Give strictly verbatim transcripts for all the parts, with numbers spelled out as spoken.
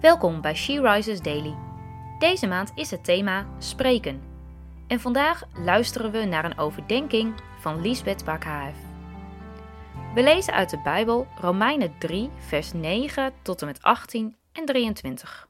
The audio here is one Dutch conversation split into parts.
Welkom bij She Rises Daily. Deze maand is het thema spreken. En vandaag luisteren we naar een overdenking van Liesbeth Bakhaef. We lezen uit de Bijbel Romeinen drie, vers negen tot en met achttien en drieëntwintig.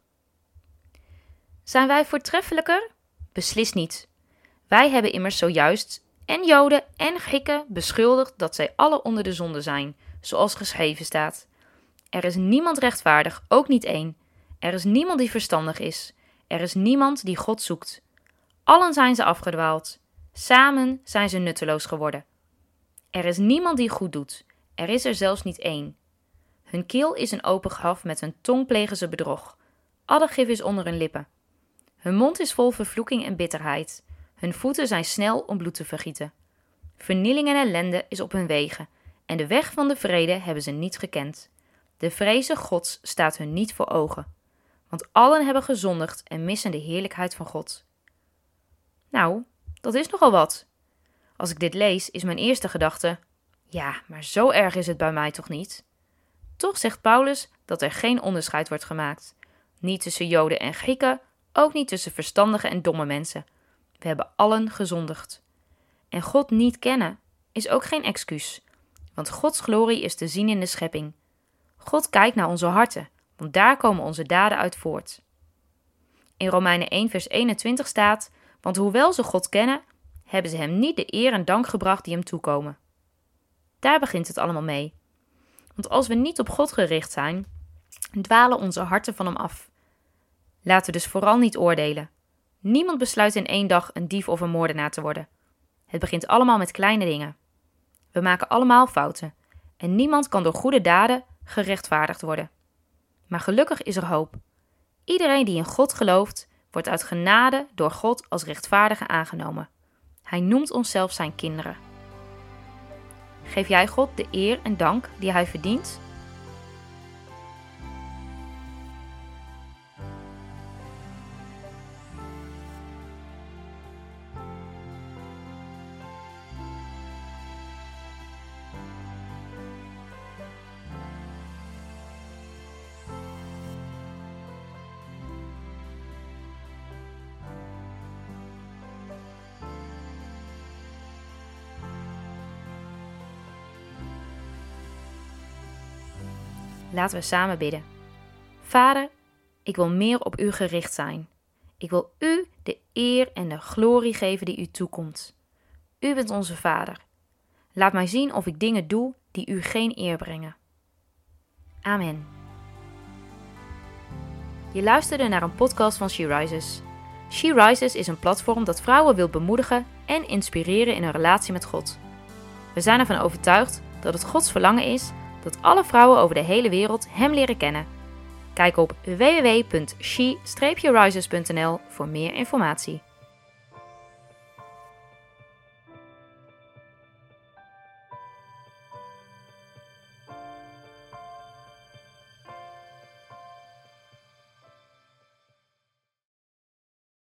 Zijn wij voortreffelijker? Beslist niet. Wij hebben immers zojuist en Joden en Grieken beschuldigd dat zij alle onder de zonde zijn, zoals geschreven staat. Er is niemand rechtvaardig, ook niet één. Er is niemand die verstandig is. Er is niemand die God zoekt. Allen zijn ze afgedwaald. Samen zijn ze nutteloos geworden. Er is niemand die goed doet. Er is er zelfs niet één. Hun keel is een open graf, met hun tong plegen ze bedrog. Alle gif is onder hun lippen. Hun mond is vol vervloeking en bitterheid. Hun voeten zijn snel om bloed te vergieten. Vernieling en ellende is op hun wegen. En de weg van de vrede hebben ze niet gekend. De vreze Gods staat hun niet voor ogen. Want allen hebben gezondigd en missen de heerlijkheid van God. Nou, dat is nogal wat. Als ik dit lees, is mijn eerste gedachte: ja, maar zo erg is het bij mij toch niet? Toch zegt Paulus dat er geen onderscheid wordt gemaakt. Niet tussen Joden en Grieken, ook niet tussen verstandige en domme mensen. We hebben allen gezondigd. En God niet kennen is ook geen excuus. Want Gods glorie is te zien in de schepping. God kijkt naar onze harten, want daar komen onze daden uit voort. In Romeinen één vers eenentwintig staat: want hoewel ze God kennen, hebben ze hem niet de eer en dank gebracht die hem toekomen. Daar begint het allemaal mee. Want als we niet op God gericht zijn, dwalen onze harten van hem af. Laten we dus vooral niet oordelen. Niemand besluit in één dag een dief of een moordenaar te worden. Het begint allemaal met kleine dingen. We maken allemaal fouten en niemand kan door goede daden gerechtvaardigd worden. Maar gelukkig is er hoop. Iedereen die in God gelooft, wordt uit genade door God als rechtvaardige aangenomen. Hij noemt onszelf zijn kinderen. Geef jij God de eer en dank die hij verdient? Laten we samen bidden. Vader, ik wil meer op u gericht zijn. Ik wil u de eer en de glorie geven die u toekomt. U bent onze Vader. Laat mij zien of ik dingen doe die u geen eer brengen. Amen. Je luisterde naar een podcast van She Rises. She Rises is een platform dat vrouwen wil bemoedigen en inspireren in hun relatie met God. We zijn ervan overtuigd dat het Gods verlangen is dat alle vrouwen over de hele wereld hem leren kennen. Kijk op w w w punt she rises punt n l voor meer informatie.